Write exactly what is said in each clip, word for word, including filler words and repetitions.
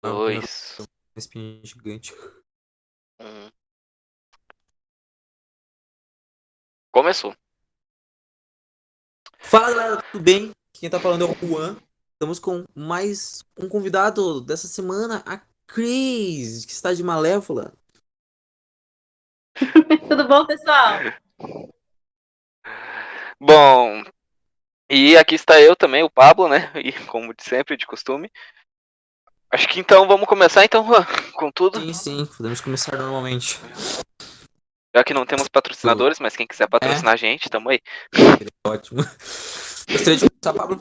Uma Dois. espinha gigante. Um. Começou. Fala galera, tudo bem? Quem tá falando é o Juan. Estamos com mais um convidado dessa semana, a Cris, que está de Malévola. Tudo bom, pessoal? Bom, e aqui está eu também, o Pablo, né? E como de sempre, de costume. Acho que então vamos começar então, Juan, com tudo. Sim, sim, podemos começar normalmente. Já que não temos patrocinadores, mas quem quiser patrocinar a gente, tamo aí. Seria ótimo. Gostaria de começar, Pablo?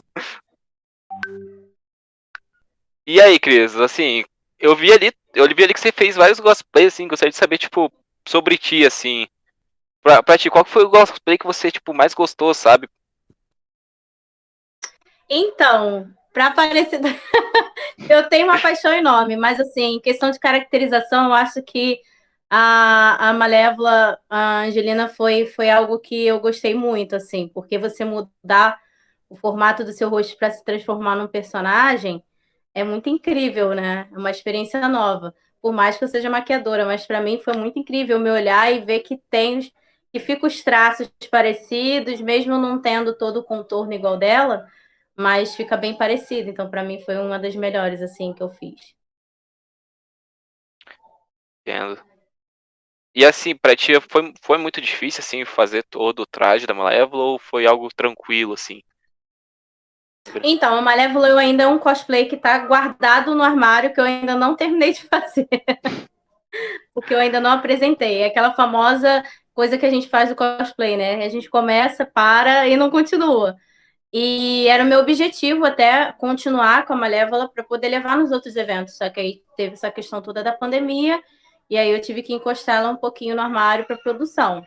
E aí, Cris, assim, eu vi ali, eu vi ali que você fez vários cosplays, assim, gostaria de saber, tipo, sobre ti, assim. Pra, pra ti, qual que foi o cosplay que você, tipo, mais gostou, sabe? Então, para parecer. Eu tenho uma paixão enorme, mas, assim, em questão de caracterização, eu acho que a, a Malévola, a Angelina, foi, foi algo que eu gostei muito, assim, porque você mudar o formato do seu rosto para se transformar num personagem é muito incrível, né? É uma experiência nova. Por mais que eu seja maquiadora, mas para mim foi muito incrível me olhar e ver que tem os- que fica os traços parecidos, mesmo não tendo todo o contorno igual dela, mas fica bem parecido. Então, para mim foi uma das melhores assim que eu fiz. Entendo. E assim, pra ti foi, foi muito difícil, assim, fazer todo o traje da Malévola ou foi algo tranquilo, assim? Então, a Malévola eu ainda é um cosplay que está guardado no armário que eu ainda não terminei de fazer. Porque eu ainda não apresentei. É aquela famosa coisa que a gente faz do cosplay, né? A gente começa, para e não continua. E era o meu objetivo até continuar com a Malévola para poder levar nos outros eventos. Só que aí teve essa questão toda da pandemia, e aí eu tive que encostar ela um pouquinho no armário para produção.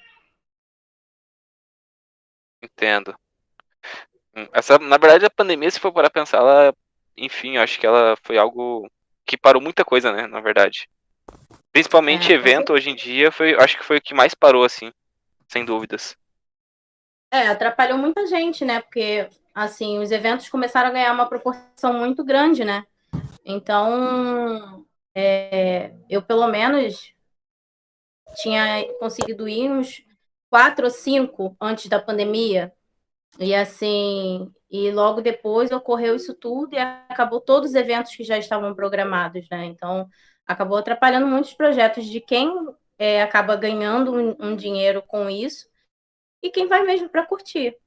Entendo. Hum, Essa, na verdade, a pandemia, se for para pensar, ela, enfim, eu acho que ela foi algo que parou muita coisa, né, na verdade. Principalmente É, com evento, certeza. hoje em dia, foi, acho que foi o que mais parou, assim, sem dúvidas. É, atrapalhou muita gente, né? Porque, assim, os eventos começaram a ganhar uma proporção muito grande, né? Então, é, eu pelo menos tinha conseguido ir uns quatro ou cinco antes da pandemia. E assim, e logo depois ocorreu isso tudo e acabou todos os eventos que já estavam programados, né? Então, acabou atrapalhando muitos projetos de quem é, acaba ganhando um, um dinheiro com isso e quem vai mesmo para curtir.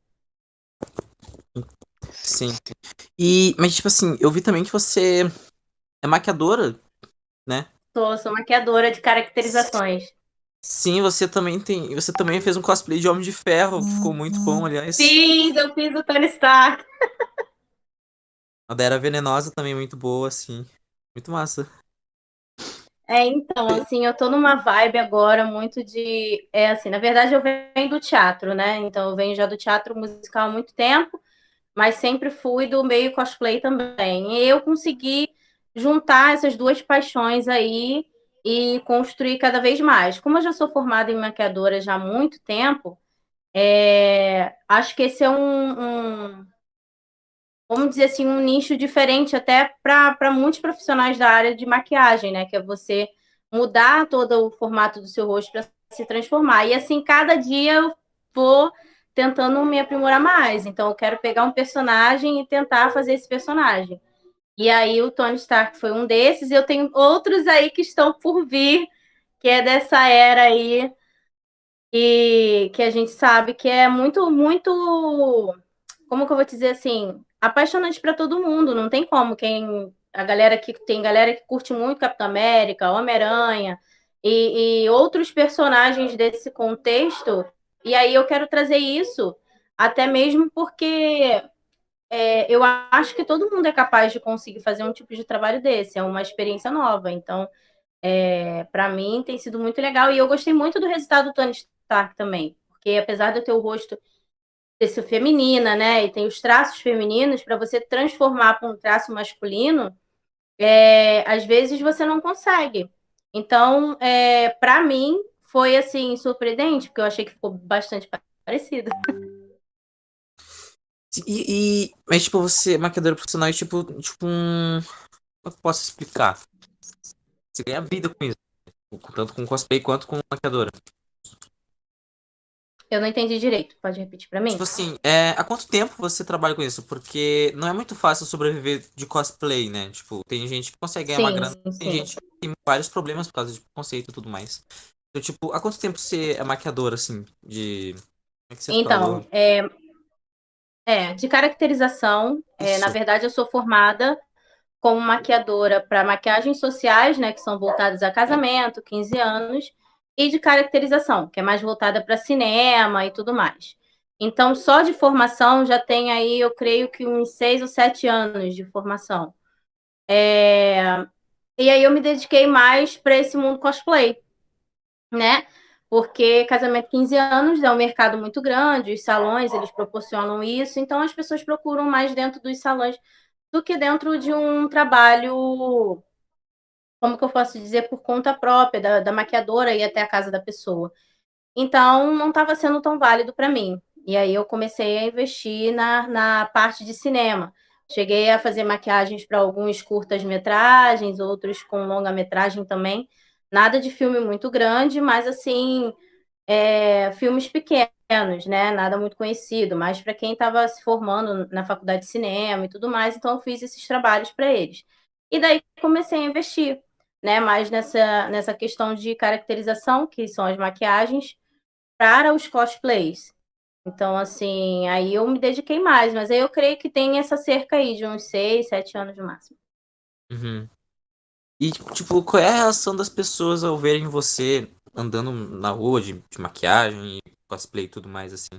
Sim. Sim. E, mas tipo assim, eu vi também que você é maquiadora, né? Sou, sou maquiadora de caracterizações. Sim, você também tem. Você também fez um cosplay de Homem de Ferro, ficou muito bom, aliás. Fiz, eu fiz o Tony Stark. A da Era Venenosa também muito boa, assim. Muito massa. É, então, assim, eu tô numa vibe agora muito de. É assim, na verdade, eu venho do teatro, né? Então, eu venho já do teatro musical há muito tempo, mas sempre fui do meio cosplay também. E eu consegui juntar essas duas paixões aí e construir cada vez mais. Como eu já sou formada em maquiadora já há muito tempo, é, acho que esse é um, um, vamos dizer assim, um nicho diferente até para muitos profissionais da área de maquiagem, né? Que é você mudar todo o formato do seu rosto para se transformar. E assim, cada dia eu vou tentando me aprimorar mais. Então, eu quero pegar um personagem e tentar fazer esse personagem. E aí, o Tony Stark foi um desses, e eu tenho outros aí que estão por vir, que é dessa era aí, e que a gente sabe que é muito, muito, como que eu vou dizer assim, apaixonante para todo mundo. Não tem como quem a galera que tem galera que curte muito Capitão América, Homem-Aranha e, e outros personagens desse contexto. E aí eu quero trazer isso, até mesmo porque é, eu acho que todo mundo é capaz de conseguir fazer um tipo de trabalho desse. É uma experiência nova. Então, é, para mim tem sido muito legal e eu gostei muito do resultado do Tony Stark também, porque apesar de eu ter o rosto ser feminina, né, e tem os traços femininos, para você transformar para um traço masculino, é, às vezes você não consegue. Então, é, para mim foi assim surpreendente, porque eu achei que ficou bastante parecido. E, e- mas tipo, você, maquiadora profissional, é tipo, tipo um. Como é que eu posso explicar? você ganha vida com isso. Tanto com cosplay quanto com maquiadora. Eu não entendi direito. Pode repetir pra mim? Tipo assim, é, há quanto tempo você trabalha com isso? Porque não é muito fácil sobreviver de cosplay, né? Tipo, tem gente que consegue ganhar uma Sim, grana, tem sim. gente que tem vários problemas por causa de preconceito e tudo mais. Então, tipo, há quanto tempo você é maquiadora, assim, de... Como é que você falou? Então, é, é de caracterização. É, na Isso. verdade, eu sou formada como maquiadora para maquiagens sociais, né, que são voltadas a casamento, quinze anos, e de caracterização, que é mais voltada para cinema e tudo mais. Então, só de formação já tem aí, eu creio que uns seis ou sete anos de formação. É... E aí eu me dediquei mais para esse mundo cosplay, né? Porque casamento quinze anos é um mercado muito grande, os salões, eles proporcionam isso, então as pessoas procuram mais dentro dos salões do que dentro de um trabalho, como que eu posso dizer, por conta própria, da, da maquiadora ir até a casa da pessoa. Então, não estava sendo tão válido para mim. E aí eu comecei a investir na, na parte de cinema. Cheguei a fazer maquiagens para alguns curtas-metragens, outros com longa-metragem também. Nada de filme muito grande, mas assim, é, filmes pequenos, né? Nada muito conhecido, mas para quem estava se formando na faculdade de cinema e tudo mais, então eu fiz esses trabalhos para eles. E daí comecei a investir, né? Mais nessa, nessa questão de caracterização, que são as maquiagens, para os cosplays. Então, assim, aí eu me dediquei mais, mas aí eu creio que tem essa cerca aí de uns seis, sete anos no máximo. Uhum. E, tipo, qual é a reação das pessoas ao verem você andando na rua de, de maquiagem e cosplay e tudo mais, assim?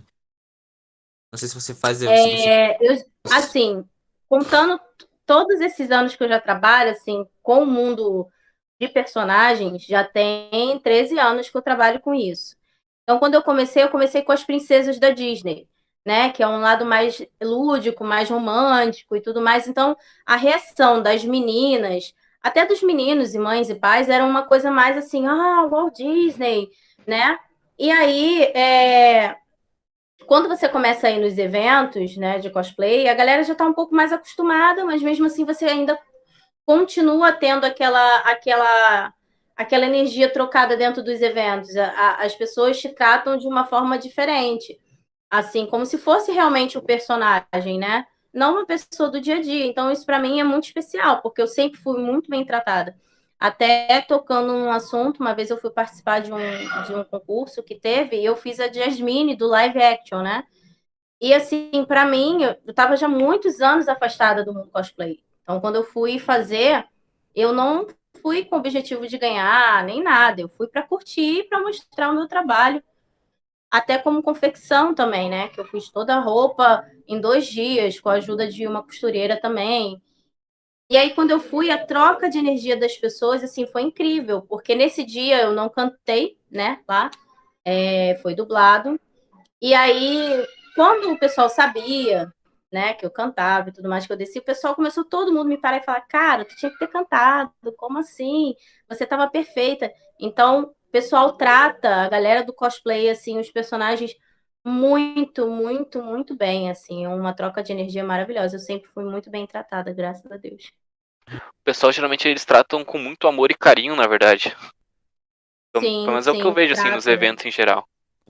Não sei se você faz, se você... É, eu, assim, contando t- todos esses anos que eu já trabalho, assim, com o mundo de personagens, já tem treze anos que eu trabalho com isso. Então, quando eu comecei, eu comecei com as princesas da Disney, né? Que é um lado mais lúdico, mais romântico e tudo mais. Então, a reação das meninas, até dos meninos e mães e pais, era uma coisa mais assim, ah, Walt Disney, né? E aí, é, quando você começa a ir nos eventos, né, de cosplay, a galera já está um pouco mais acostumada, mas mesmo assim você ainda continua tendo aquela aquela aquela energia trocada dentro dos eventos. A, a, as pessoas te tratam de uma forma diferente, assim, como se fosse realmente o personagem, né? Não uma pessoa do dia a dia. Então isso para mim é muito especial, porque eu sempre fui muito bem tratada. Até tocando num assunto, uma vez eu fui participar de um, de um concurso que teve e eu fiz a Jasmine do live action, né? E assim, para mim, eu estava já muitos anos afastada do mundo cosplay. Então, quando eu fui fazer, eu não fui com o objetivo de ganhar nem nada. Eu fui para curtir, para mostrar o meu trabalho, até como confecção também, né? Que eu fiz toda a roupa em dois dias, com a ajuda de uma costureira também. E aí, quando eu fui, a troca de energia das pessoas, assim, foi incrível, porque nesse dia eu não cantei, né? Lá, é, foi dublado. E aí, quando o pessoal sabia, né, que eu cantava e tudo mais, que eu desci, o pessoal começou todo mundo me parar e falar: cara, tu tinha que ter cantado, como assim? Você estava perfeita. Então, o pessoal trata a galera do cosplay, assim, os personagens muito, muito, muito bem, assim, é uma troca de energia maravilhosa. Eu sempre fui muito bem tratada, graças a Deus. O pessoal geralmente eles tratam com muito amor e carinho, na verdade. Pelo pelo Sim, menos é o que eu sim, vejo assim nos trata. eventos em geral.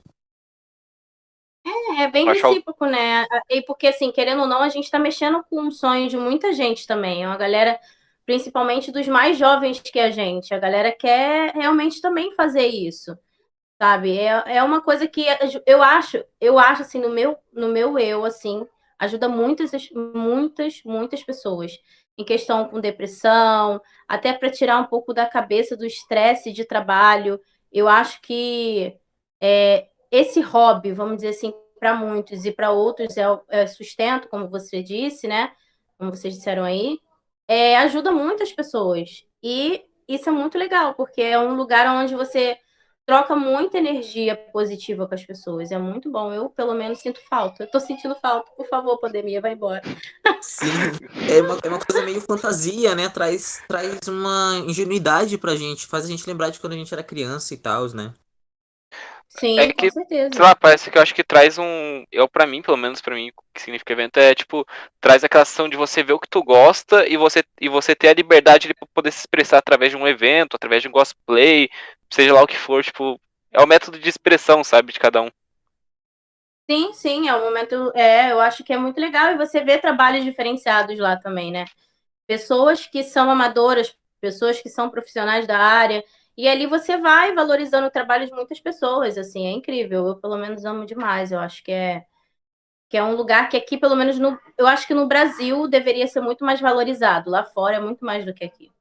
É bem Eu acho algo- recíproco, né? E porque, assim, querendo ou não, a gente está mexendo com um sonho de muita gente também. É uma galera, principalmente dos mais jovens que a gente. A galera quer realmente também fazer isso, sabe? É, é uma coisa que eu acho, eu acho, assim, no meu, no meu eu, assim, ajuda muitas, muitas, muitas pessoas. Em questão com depressão, até para tirar um pouco da cabeça do estresse de trabalho. Eu acho que é, esse hobby, vamos dizer assim, para muitos e para outros é, é, sustento, como você disse, né? Como vocês disseram aí, é, ajuda muitas pessoas. E isso é muito legal, porque é um lugar onde você troca muita energia positiva com as pessoas. É muito bom. Eu, pelo menos, sinto falta. Eu tô sentindo falta. Por favor, pandemia, vai embora. Sim, é uma, é uma coisa meio fantasia, né? Traz, traz uma ingenuidade pra gente, faz a gente lembrar de quando a gente era criança e tal, né? Sim, É com que, certeza. sei lá, parece que eu acho que traz um. Eu, pra mim, pelo menos pra mim, o que significa evento é, tipo, traz aquela ação de você ver o que tu gosta e você, e você ter a liberdade de poder se expressar através de um evento, através de um cosplay, seja lá o que for, tipo, é o método de expressão, sabe, de cada um. Sim, sim, é um momento. É, eu acho que é muito legal e você vê trabalhos diferenciados lá também, né? Pessoas que são amadoras, pessoas que são profissionais da área, e ali você vai valorizando o trabalho de muitas pessoas, assim, é incrível. Eu, pelo menos, amo demais. Eu acho que é, que é um lugar que aqui, pelo menos, no, eu acho que no Brasil deveria ser muito mais valorizado. Lá fora é muito mais do que aqui.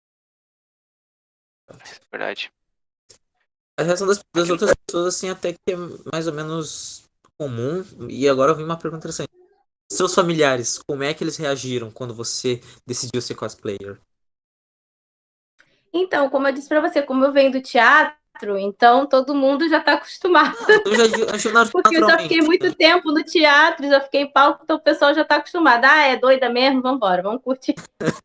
Verdade. A reação das, das outras pessoas, assim, até que é mais ou menos comum. E agora eu vi uma pergunta interessante. Seus familiares, como é que eles reagiram quando você decidiu ser cosplayer? Então, como eu disse para você, como eu venho do teatro, então todo mundo já está acostumado. Ah, então já agiu- agiu Porque eu já fiquei naturalmente, muito né? tempo no teatro, já fiquei em palco, então o pessoal já está acostumado. Ah, é doida mesmo? Vamos embora, vamos curtir.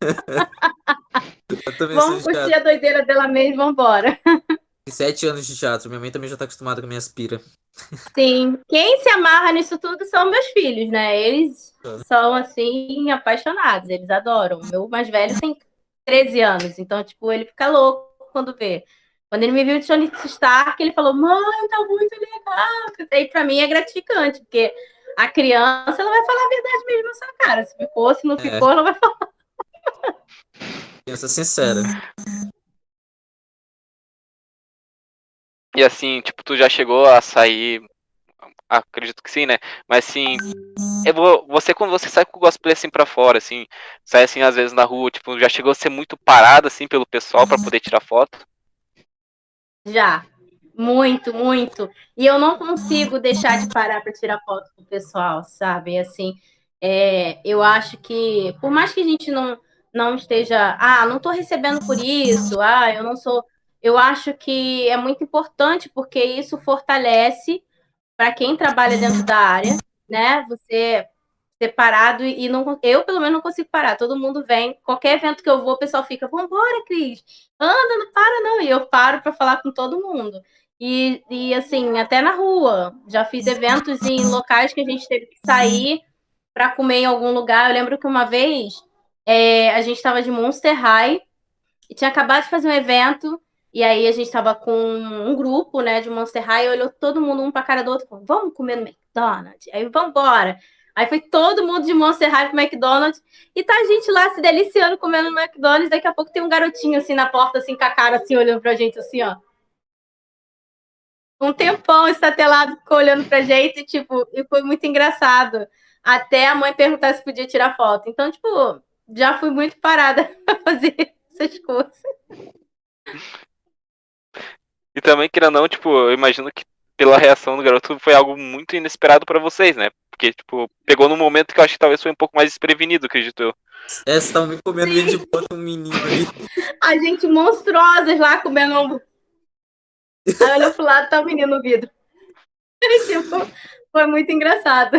Eu também sou Vamos de curtir teatro. a doideira dela mesmo, vamos embora. Tem sete anos de teatro. Minha mãe também já tá acostumada com minhas pira. Sim, quem se amarra nisso tudo são meus filhos, né? Eles são, assim, apaixonados, eles adoram. O meu mais velho tem treze anos, então, tipo, ele fica louco quando vê. Quando ele me viu de Tony Stark, ele falou, mãe, tá muito legal. E pra mim é gratificante, porque a criança, ela vai falar a verdade mesmo na sua cara. Se ficou, se não É, ficou, ela vai falar. criança sincera. E assim, tipo, tu já chegou a sair. Acredito que sim, né? Mas assim, eu vou, você quando você sai com o cosplay assim pra fora, assim, sai assim às vezes na rua, tipo, já chegou a ser muito parado assim pelo pessoal pra poder tirar foto? Já, muito, muito. E eu não consigo deixar de parar para tirar foto com o pessoal, sabe? Assim, é, eu acho que, por mais que a gente não, não esteja, ah, não estou recebendo por isso, ah, eu não sou. Eu acho que é muito importante porque isso fortalece para quem trabalha dentro da área, né? Você separado e não. Eu, pelo menos, não consigo parar. Todo mundo vem. Qualquer evento que eu vou, o pessoal fica, vambora, Cris. Anda, não para, não. E eu paro para falar com todo mundo. E, e, assim, até na rua. Já fiz eventos em locais que a gente teve que sair para comer em algum lugar. Eu lembro que uma vez é, a gente estava de Monster High e tinha acabado de fazer um evento. E aí a gente estava com um grupo, né, de Monster High, olhou todo mundo um para a cara do outro, falou, vamos comer no McDonald's? Aí vamos embora. Aí foi todo mundo de Monster High pro McDonald's e tá a gente lá se deliciando comendo no McDonald's. Daqui a pouco tem um garotinho assim na porta, assim, com a cara assim, olhando pra gente assim, ó. Um tempão estatelado, ficou olhando pra gente, tipo, e foi muito engraçado. Até a mãe perguntar se podia tirar foto. Então, tipo, já fui muito parada pra fazer essas coisas. E também, querendo ou não, tipo, eu imagino que pela reação do garoto foi algo muito inesperado pra vocês, né? Porque, tipo, pegou num momento que eu acho que talvez foi um pouco mais desprevenido, acredito eu. É, vocês estavam me comendo Sim. de boa um menino ali. A gente monstruosas lá comendo hambúrguer. Aí olhou pro lado, tá o menino no vidro. Tipo, foi muito engraçado.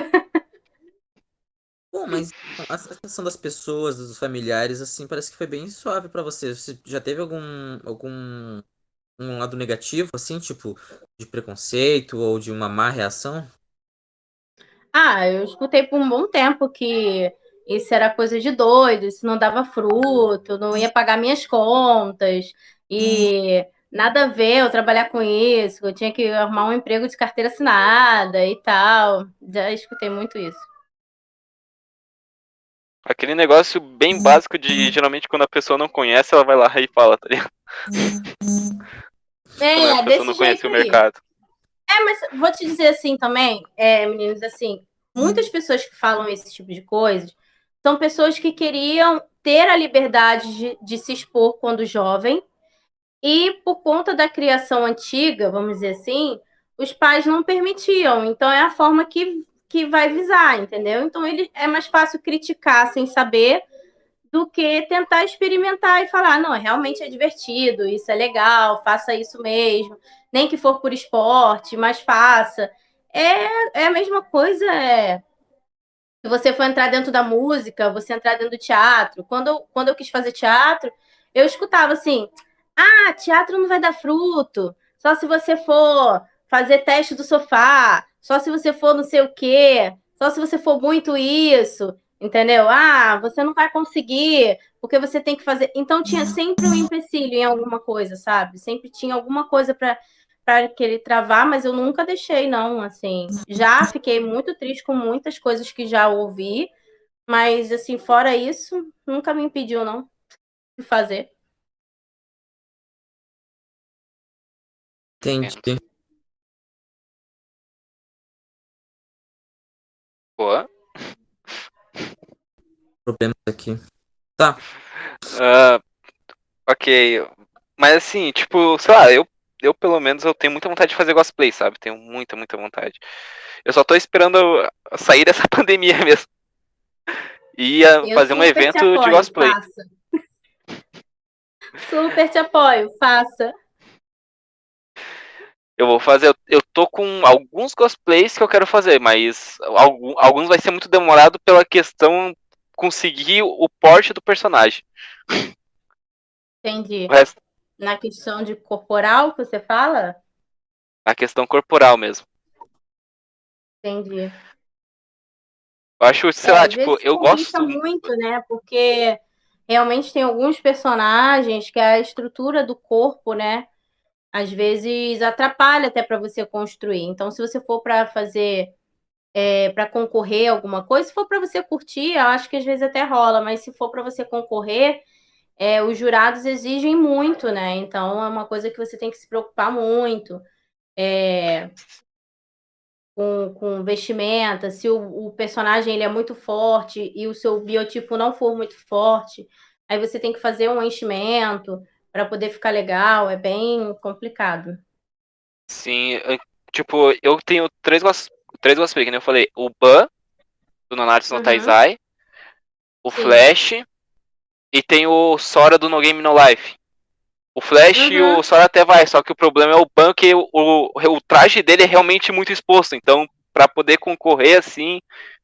Bom, mas a a questão das pessoas, dos familiares, assim, parece que foi bem suave pra você. Você já teve algum, algum um lado negativo, assim, tipo, de preconceito ou de uma má reação? Ah, eu escutei por um bom tempo que isso era coisa de doido, isso não dava fruto, não ia pagar minhas contas e nada a ver eu trabalhar com isso, eu tinha que arrumar um emprego de carteira assinada e tal. Já escutei muito isso. Aquele negócio bem básico de, geralmente, quando a pessoa não conhece, ela vai lá e fala, tá ligado? Quando a É, pessoa desse não conhece jeito o aí. mercado. É, mas vou te dizer assim também, é, meninos, assim, muitas pessoas que falam esse tipo de coisas são pessoas que queriam ter a liberdade de, de se expor quando jovem e por conta da criação antiga, vamos dizer assim, os pais não permitiam. Então é a forma que, que vai visar, entendeu? Então ele é mais fácil criticar sem saber do que tentar experimentar e falar, não, realmente é divertido, isso é legal, faça isso mesmo, nem que for por esporte, mas faça. É, é a mesma coisa, é, se você for entrar dentro da música, você entrar dentro do teatro. Quando eu, quando eu quis fazer teatro, eu escutava assim, ah, teatro não vai dar fruto, só se você for fazer teste do sofá, só se você for não sei o quê, só se você for muito isso, entendeu? Ah, você não vai conseguir, porque você tem que fazer. Então tinha sempre um empecilho em alguma coisa, sabe? Sempre tinha alguma coisa para para querer travar, mas eu nunca deixei, não, assim. Já fiquei muito triste com muitas coisas que já ouvi, mas, assim, fora isso, nunca me impediu, não, de fazer. Entendi. Boa. Problemas aqui. Tá. Uh, ok. Mas assim, tipo, sei lá, eu, eu pelo menos eu tenho muita vontade de fazer cosplay, sabe? Tenho muita, muita vontade. Eu só tô esperando sair dessa pandemia mesmo. E ia Eu fazer um super te evento de apoio, cosplay. faça. Super te apoio, faça. Eu vou fazer, eu, eu tô com alguns cosplays que eu quero fazer, mas algum, alguns vai ser muito demorado pela questão conseguir o porte do personagem. Entendi. O resto, Na questão de corporal que você fala? a questão corporal mesmo. Entendi. Eu acho, sei É, lá, às tipo, vezes eu complica gosto. muito, né? Porque realmente tem alguns personagens que a estrutura do corpo, né? Às vezes atrapalha até para você construir. Então, se você for para fazer, é, para concorrer a alguma coisa, se for para você curtir, eu acho que às vezes até rola, mas se for para você concorrer, é, os jurados exigem muito, né? Então, é uma coisa que você tem que se preocupar muito. É, com, com vestimenta, se o, o personagem ele é muito forte e o seu biotipo não for muito forte, aí você tem que fazer um enchimento para poder ficar legal, é bem complicado. Sim, eu- tipo, eu tenho três, cos- três cosplay, que nem eu falei. O Ban, do Nanatsu no Uhum, Taizai. O sim. Flash. E tem o Sora do No Game No Life. O Flash e o Uhum. Sora até vai, só que o problema é o Ban, que o, o, o traje dele é realmente muito exposto. Então, pra poder concorrer assim,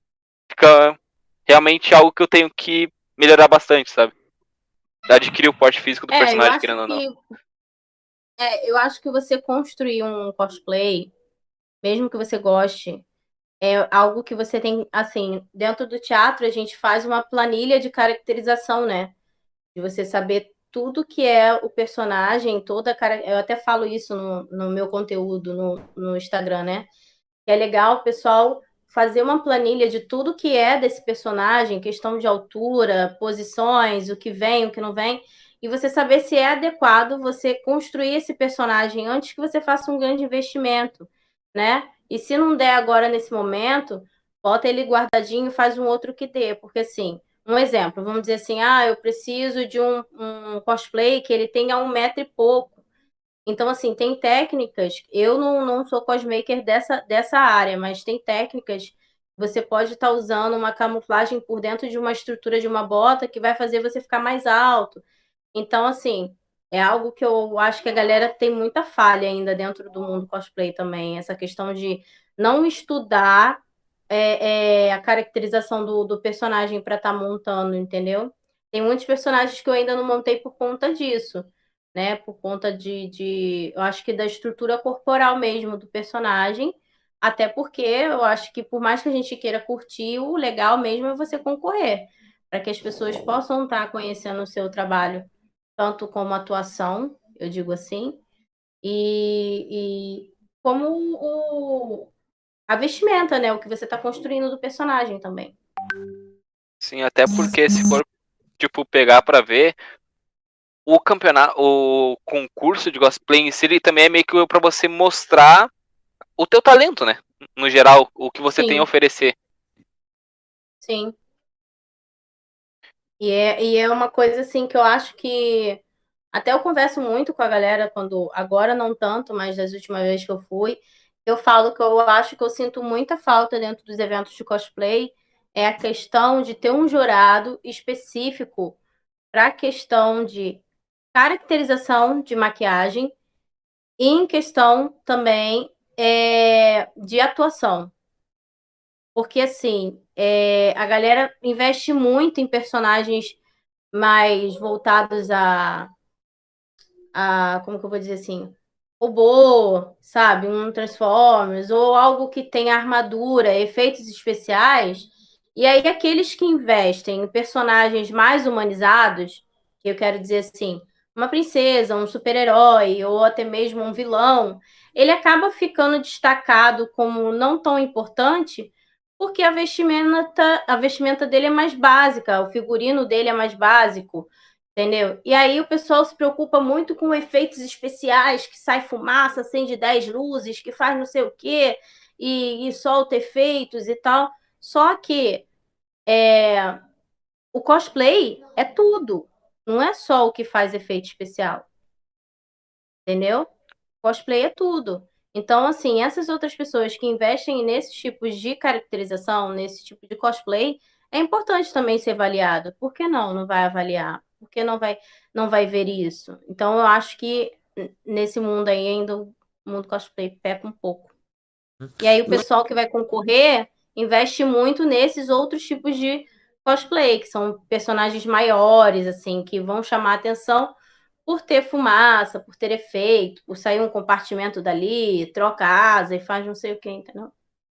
fica realmente algo que eu tenho que melhorar bastante, sabe? Adquirir o porte físico do É, eu personagem, acho querendo ou não. que é, eu acho que você construir um cosplay, mesmo que você goste, é algo que você tem, assim, dentro do teatro a gente faz uma planilha de caracterização, né? De você saber tudo que é o personagem, toda a cara. Eu até falo isso no, no meu conteúdo no, no Instagram, né? Que é legal o pessoal fazer uma planilha de tudo que é desse personagem, questão de altura, posições, o que vem, o que não vem, e você saber se é adequado você construir esse personagem antes que você faça um grande investimento, né? E se não der agora nesse momento, bota ele guardadinho e faz um outro que dê, porque assim, um exemplo, vamos dizer assim, ah, eu preciso de um, um cosplay que ele tenha um metro e pouco. Então, assim, tem técnicas. Eu não, não sou cosmaker dessa, dessa área, mas tem técnicas. Você pode estar usando uma camuflagem por dentro de uma estrutura de uma bota que vai fazer você ficar mais alto. Então, assim, é algo que eu acho que a galera tem muita falha ainda dentro do mundo cosplay também. Essa questão de não estudar é, é, a caracterização do, do personagem para estar montando, entendeu? Tem muitos personagens que eu ainda não montei por conta disso, né? Por conta de, de, eu acho que da estrutura corporal mesmo do personagem. Até porque eu acho que por mais que a gente queira curtir, o legal mesmo é você concorrer, para que as pessoas possam estar conhecendo o seu trabalho tanto como atuação, eu digo assim, e, e como o, a vestimenta, né? O que você está construindo do personagem também. Sim, até porque se for, tipo, pegar pra ver, o campeonato, o concurso de cosplay em si, ele também é meio que pra você mostrar o teu talento, né? No geral, o que você tem a Sim, oferecer. sim. E é, e é uma coisa assim que eu acho que até eu converso muito com a galera quando agora não tanto, mas das últimas vezes que eu fui, eu falo que eu acho que eu sinto muita falta dentro dos eventos de cosplay é a questão de ter um jurado específico para a questão de caracterização de maquiagem e em questão também é, de atuação. Porque, assim, é, a galera investe muito em personagens mais voltados a, a, como que eu vou dizer assim? robô, sabe? Um Transformers, ou algo que tenha armadura, efeitos especiais. E aí, aqueles que investem em personagens mais humanizados, que eu quero dizer assim, uma princesa, um super-herói, ou até mesmo um vilão, ele acaba ficando destacado como não tão importante, porque a vestimenta, a vestimenta dele é mais básica, o figurino dele é mais básico. Entendeu? E aí o pessoal se preocupa muito com efeitos especiais, que sai fumaça, acende dez luzes, que faz não sei o quê, e, e solta efeitos e tal. Só que é, o cosplay é tudo. Não é só o que faz efeito especial, entendeu? Cosplay é tudo. Então, assim, essas outras pessoas que investem nesses tipos de caracterização, nesse tipo de cosplay, é importante também ser avaliado. Por que não? Não vai avaliar? Por que não vai, não vai ver isso? Então, eu acho que n- nesse mundo aí ainda o mundo cosplay peca um pouco. E aí o Não, pessoal que vai concorrer investe muito nesses outros tipos de cosplay, que são personagens maiores, assim, que vão chamar a atenção por ter fumaça, por ter efeito, por sair um compartimento dali, troca asa e faz não sei o que, entendeu?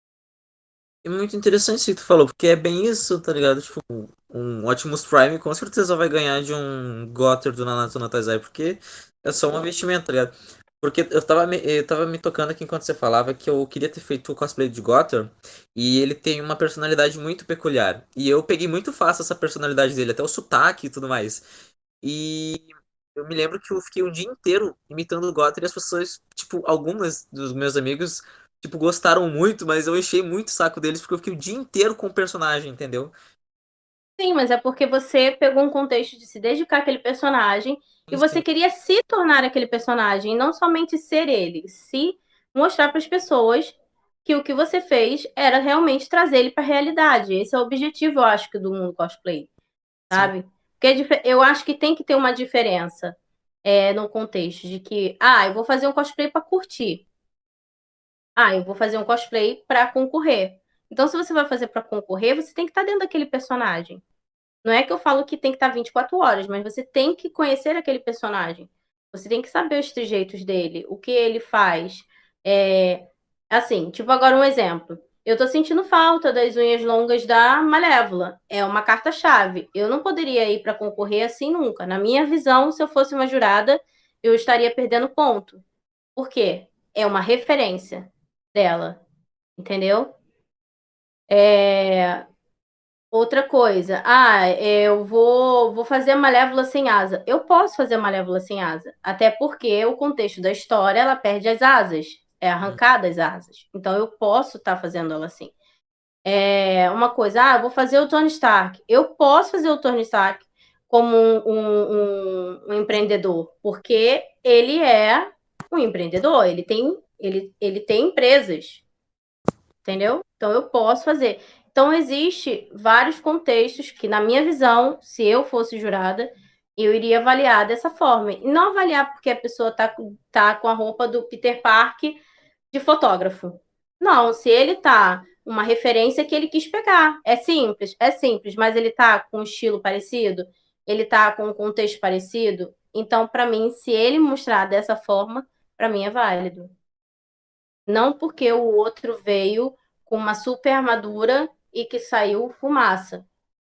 é muito interessante isso que tu falou, porque é bem isso, tá ligado? Tipo, um Optimus Prime com certeza vai ganhar de um Gotter do Nanatsu no Taizai, porque é só um investimento, tá ligado? Porque eu tava, me, eu tava me tocando aqui enquanto você falava que eu queria ter feito o cosplay de Gotter e ele tem uma personalidade muito peculiar. E eu peguei muito fácil essa personalidade dele, até o sotaque e tudo mais. E eu me lembro que eu fiquei um dia inteiro imitando o Gotter e as pessoas, tipo, algumas dos meus amigos, tipo, gostaram muito, mas eu enchei muito o saco deles porque eu fiquei o dia inteiro com o personagem, entendeu? Sim, mas é porque você pegou um contexto de se dedicar àquele personagem e Sim, você sim. queria se tornar aquele personagem, e não somente ser ele, se mostrar para as pessoas que o que você fez era realmente trazer ele para a realidade. Esse é o objetivo, eu acho, que do mundo cosplay, Sim. sabe? Porque é dif- eu acho que tem que ter uma diferença é, no contexto de que, ah, eu vou fazer um cosplay para curtir. Ah, eu vou fazer um cosplay para concorrer. Então, se você vai fazer para concorrer, você tem que estar dentro daquele personagem. Não é que eu falo que tem que estar vinte e quatro horas, mas você tem que conhecer aquele personagem. Você tem que saber os trejeitos dele, o que ele faz. É, assim, tipo agora um exemplo. Eu tô sentindo falta das unhas longas da Malévola. É uma carta-chave. Eu não poderia ir para concorrer assim nunca. Na minha visão, se eu fosse uma jurada, eu estaria perdendo ponto. Por quê? É uma referência dela, entendeu? É, outra coisa, ah, eu vou, vou fazer a Malévola sem asa. Eu posso fazer a Malévola sem asa, até porque o contexto da história, ela perde as asas, é arrancada as asas. Então eu posso estar fazendo ela assim. É uma coisa, ah, eu vou fazer o Tony Stark. Eu posso fazer o Tony Stark como um, um, um- um empreendedor, porque ele é um empreendedor, ele tem, ele, ele tem empresas, entendeu? Então eu posso fazer. Então existe vários contextos que, na minha visão, se eu fosse jurada, eu iria avaliar dessa forma. E não avaliar porque a pessoa tá, tá com a roupa do Peter Parker de fotógrafo. Não, se ele tá uma referência que ele quis pegar. É simples, é simples, mas ele tá com um estilo parecido, ele tá com um contexto parecido. Então, para mim, se ele mostrar dessa forma, para mim é válido. Não porque o outro veio com uma super armadura e que saiu fumaça.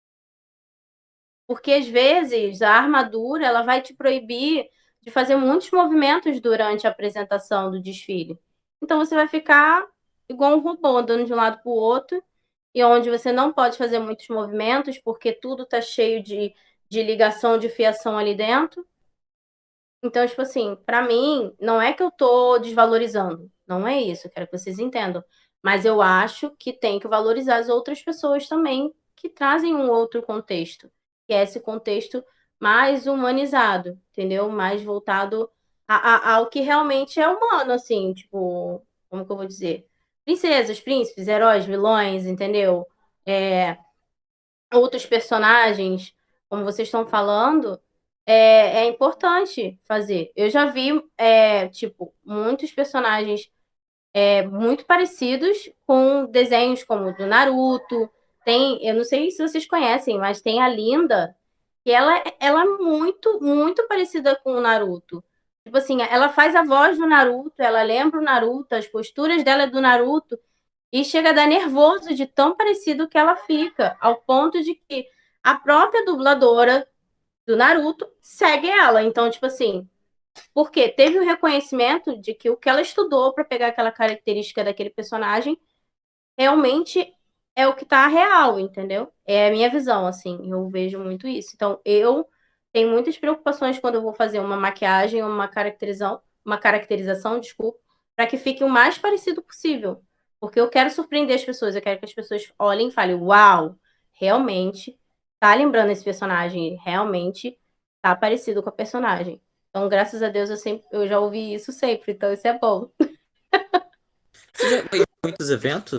Porque às vezes a armadura ela vai te proibir de fazer muitos movimentos durante a apresentação do desfile. Então você vai ficar igual um robô andando de um lado para o outro e onde você não pode fazer muitos movimentos porque tudo está cheio de, de ligação, de fiação ali dentro. Então, tipo assim, pra mim, não é que eu tô desvalorizando, não é isso, eu quero que vocês entendam. Mas eu acho que tem que valorizar as outras pessoas também que trazem um outro contexto, que é esse contexto mais humanizado, entendeu? Mais voltado a- a- ao que realmente é humano, assim, tipo, como que eu vou dizer? Princesas, príncipes, heróis, vilões, entendeu? É, outros personagens, como vocês estão falando, é, é importante fazer. Eu já vi, é, tipo, muitos personagens é, muito parecidos com desenhos como o do Naruto. Tem, eu não sei se vocês conhecem, mas tem a Linda, que ela, ela é muito, muito parecida com o Naruto. Tipo assim, ela faz a voz do Naruto, ela lembra o Naruto, as posturas dela é do Naruto, e chega a dar nervoso de tão parecido que ela fica, ao ponto de que a própria dubladora do Naruto segue ela. Então, tipo assim, porque teve o reconhecimento de que o que ela estudou para pegar aquela característica daquele personagem realmente é o que tá real, entendeu? É a minha visão, assim, eu vejo muito isso. Então, eu tenho muitas preocupações quando eu vou fazer uma maquiagem ou uma caracterização, uma caracterização, desculpa, para que fique o mais parecido possível. Porque eu quero surpreender as pessoas, eu quero que as pessoas olhem e falem, uau, realmente tá lembrando esse personagem, realmente tá parecido com a personagem. Então, graças a Deus, eu sempre, eu já ouvi isso sempre, então isso é bom. Você já foi em muitos eventos?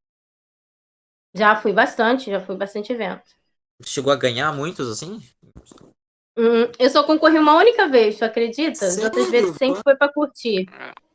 Já fui bastante, já fui bastante evento. Chegou a ganhar muitos, assim? Hum, eu só concorri uma única vez, tu acredita? As outras vezes Sério? sempre foi pra curtir.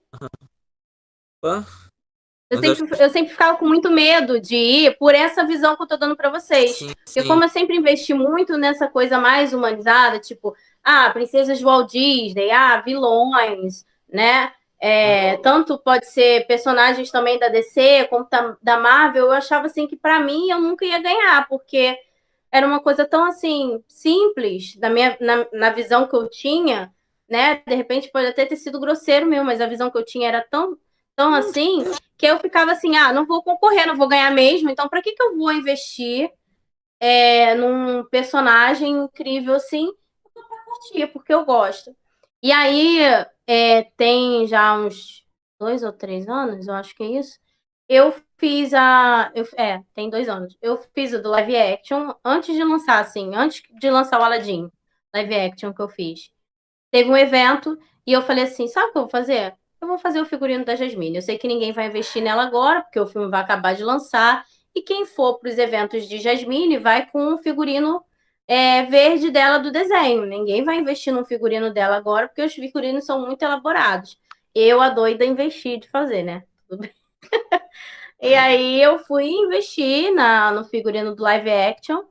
Pã? Eu Mas eu acho sempre, eu sempre ficava com muito medo de ir por essa visão que eu tô dando pra que vocês. sim, Porque sim. como eu sempre investi muito nessa coisa mais humanizada, tipo, ah, princesas de Walt Disney, ah, vilões, né? É, tanto pode ser personagens também da D C como da, da Marvel, eu achava assim que pra mim eu nunca ia ganhar, porque era uma coisa tão assim simples na minha na, na visão que eu tinha, né? De repente pode até ter sido grosseiro mesmo, mas a visão que eu tinha era tão tão assim que eu ficava assim, ah, não vou concorrer, não vou ganhar mesmo, então para que que eu vou investir é, num personagem incrível assim? Eu vou pra curtir, porque eu gosto. E aí é, tem já uns dois ou três anos, eu acho que é isso. Eu fiz a. Eu, é, tem dois anos. Eu fiz o do live action antes de lançar, assim, antes de lançar o Aladdin. Live action que eu fiz. Teve um evento e eu falei assim: sabe o que eu vou fazer? Eu vou fazer o figurino da Jasmine. Eu sei que ninguém vai investir nela agora, porque o filme vai acabar de lançar. E quem for para os eventos de Jasmine vai com o figurino é, verde dela do desenho. Ninguém vai investir no figurino dela agora, porque os figurinos são muito elaborados. Eu, a doida, investi de fazer, né? Tudo bem. E aí eu fui investir na, no figurino do live action,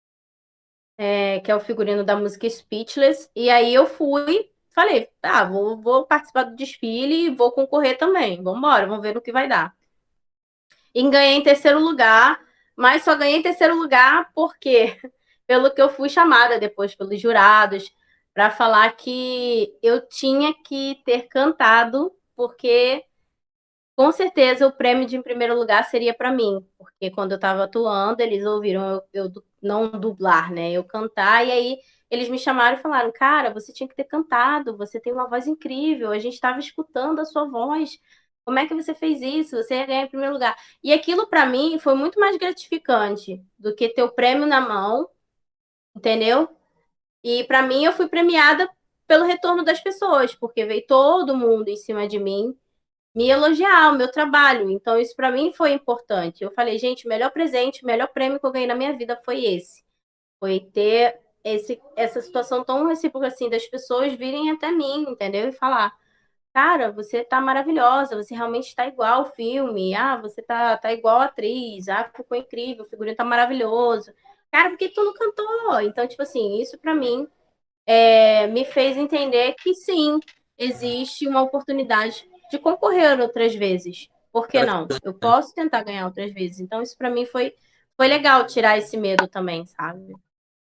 é, que é o figurino da música Speechless. E aí eu fui, falei, tá, vou, vou participar do desfile e vou concorrer também. Vamos embora, vamos ver no que vai dar. E ganhei em terceiro lugar, mas só ganhei em terceiro lugar porque, pelo que eu fui chamada depois pelos jurados, para falar que eu tinha que ter cantado, porque com certeza o prêmio de em primeiro lugar seria para mim, porque quando eu estava atuando, eles ouviram eu, eu não dublar, né? Eu cantar, e aí eles me chamaram e falaram: Cara, você tinha que ter cantado, você tem uma voz incrível, a gente estava escutando a sua voz. Como é que você fez isso? Você ia ganhar em primeiro lugar. E aquilo para mim foi muito mais gratificante do que ter o prêmio na mão, entendeu? E para mim eu fui premiada pelo retorno das pessoas, porque veio todo mundo em cima de mim me elogiar o meu trabalho. Então, isso para mim foi importante. Eu falei, gente, o melhor presente, o melhor prêmio que eu ganhei na minha vida foi esse. Foi ter esse, essa situação tão recíproca assim, das pessoas virem até mim, entendeu? E falar, cara, você tá maravilhosa, você realmente tá igual ao filme. Ah, você tá, tá igual a atriz. Ah, ficou incrível, o figurino tá maravilhoso. Cara, por que tu não cantou? Então, tipo assim, isso para mim é, me fez entender que sim, existe uma oportunidade de concorrer outras vezes. Por que não? Eu posso tentar ganhar outras vezes. Então, isso para mim foi, foi legal tirar esse medo também, sabe?